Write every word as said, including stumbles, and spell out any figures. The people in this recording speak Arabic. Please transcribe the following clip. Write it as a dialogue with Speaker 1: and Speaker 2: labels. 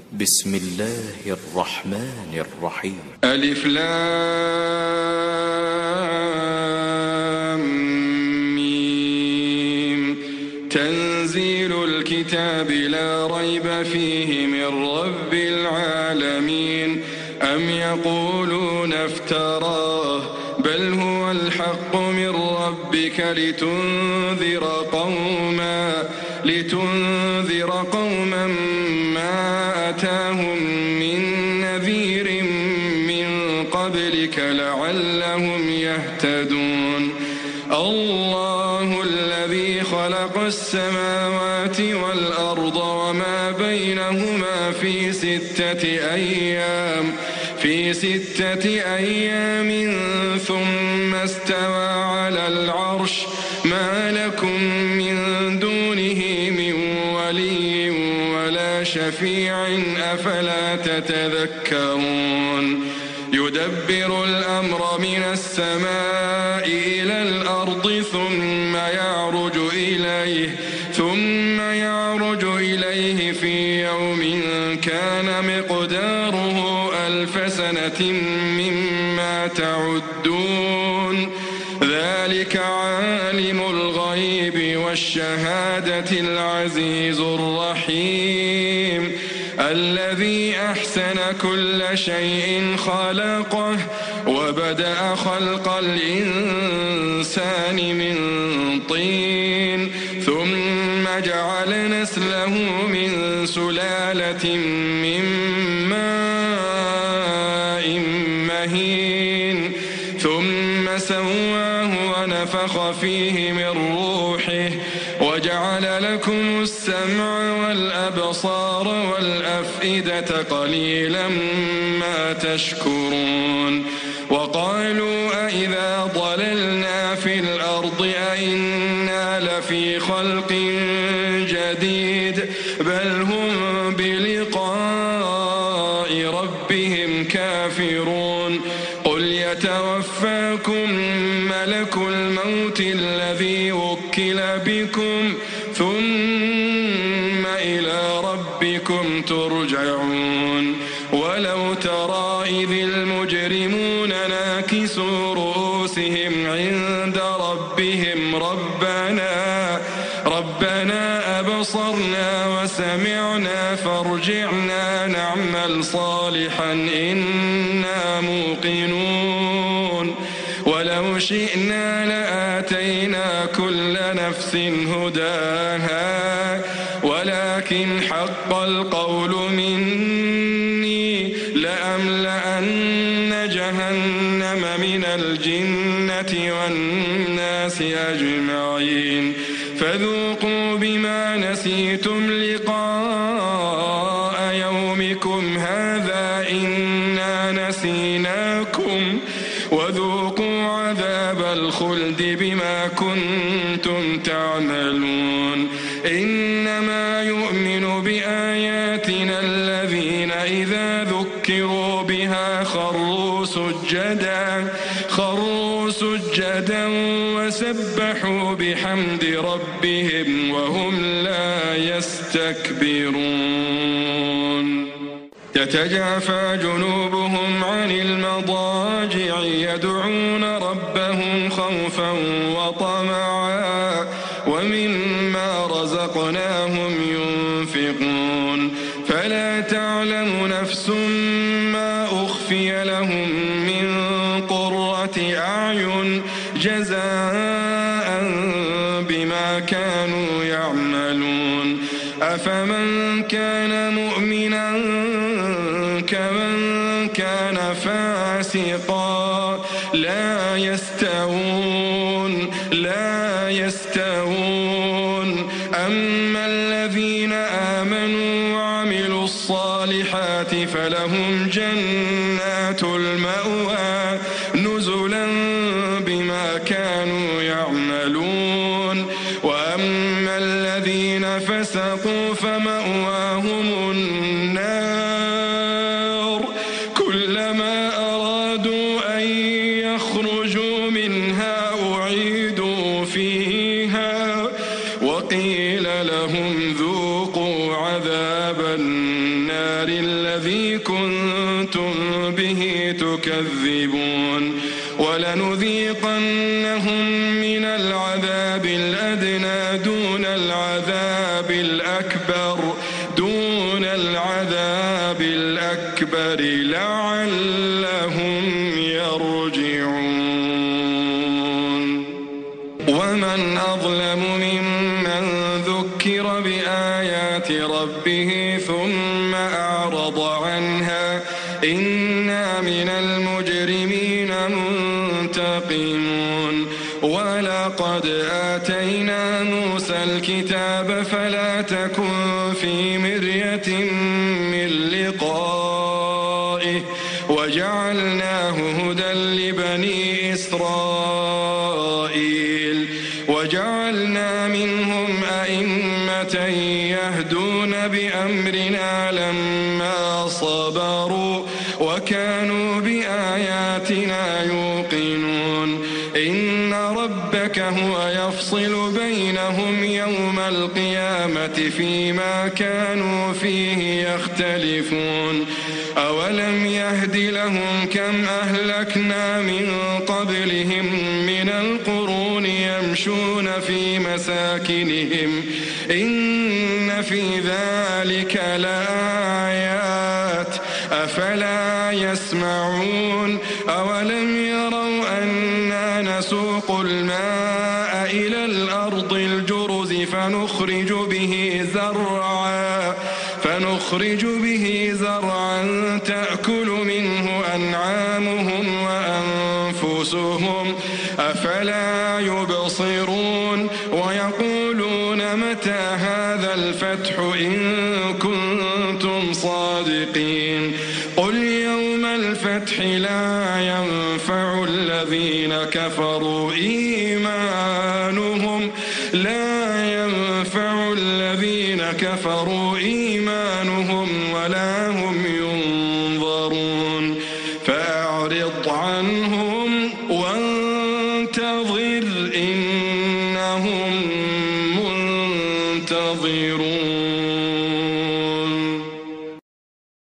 Speaker 1: بسم الله الرحمن الرحيم.
Speaker 2: ألف لام ميم. تنزيل الكتاب لا ريب فيه من رب العالمين. أم يقولون افتراه بل هو الحق من ربك لتنذر قوما لتنذر قوما ما أتاهم من نذير من قبلك لعلهم يهتدون. الله الذي خلق السماوات والأرض وما بينهما في ستة أيام في ستة أيام ثم استوى على العرش. ما لكم من دونه من ولي ولا شفيع أفلا تتذكرون. يدبر الأمر من السماء إلى الأرض ثم يعرج إليه ثم يعرج إليه في يوم كان مقداره ألف سنة مما تعدون. ذلك عالم الغيب والشهادة العزيز الرحيم الذي أحسن كل شيء خلقه وبدأ خلق الإنسان من طين ثم جعل نسله من سلالة من ماء مهين ثم سواه ونفخ فيه من روحه وجعل لكم السمع والأبصار والأفئدة قليلا ما تشكرون. وقالوا أئذا ضللنا في الأرض أئنا لفي خلق جديد بل هم بلقاء ربهم كافرون. قل يتوفاكم ملك الموت الذي وكل بكم ثم إلى ربكم ترجعون. ولو ترى إذ المجرمون ناكسوا رؤوسهم عند ربهم ربنا ربنا أبصرنا وسمعنا فارجعنا نعمل صالحا إنا موقنون. ولو شئنا لآتينا كل نفس هداها ولكن حق القول مني لأملأن جهنم من الجنة والناس أجمعين. فذوقوا بما نسيتم لقاء يومكم هذا إنا نسيناكم وذوقوا عذاب الخلد بما كنتم تعملون. إنما يؤمن بآياتنا الذين إذا ذكروا بها خروا سجدا خروا سجدا وسبحوا بحمد ربهم وهم لا يستكبرون. تتجافى جنوبهم عن المضاجع يدعون ربهم خوفا وطمعا ومما رزقناهم ينفقون. فلا تعلم نفس ما أخفي لهم من قرة أعين جزاء بما كانوا يعملون. أفمن كان مؤمنا كمن كان فاسقا لا يستوون لا يستوون. أما الذين آمنوا وعملوا الصالحات فلهم جنات المأوى نزلا بما كانوا يعملون. وأما الذين فسقوا فمأواهم النار كلما أرادوا أن يخرجوا منها أعيدوا فيها وقيل لهم ذوقوا عذاب النار النار الذي كنتم به تكذبون ولنذيقنهم من العذاب الأدنى دون العذاب الأكبر دون العذاب الأكبر لعلهم يرجعون ومن أظلم ممن ذكر بآيات ربه ثم أعرض عنها إنا من المجرمين منتقمون ولقد آتينا موسى الكتاب فلا تكن في مرية من لقائه وجعلناه هدى لبني إسرائيل وجعلنا منهم أئمة يهدون بأمرنا لما صبروا وكانوا بآياتنا يوقنون إن ربك هو يفصل بينهم يوم القيامة فيما كانوا فيه يختلفون أولم يهد لهم كم أهلكنا من قبلهم من القرون يمشون في مساكنهم إن في ذلك لآيات أفلا يسمعون أولم يروا أنا نسوق الماء إلى الأرض الجرز فنخرج به زرعا فنخرج به زرعا تأكل منه أنعامهم وأنفسهم أفلا يبصرون ويقولون متى هذا الفتح إن كنتم صادقين قل يوم الفتح لا ينفع الذين كفروا إيمانهم لا ينفع الذين كفروا إيمانهم ولا هم ينظرون فأعرض عنهم وانتظر إنهم منتظرون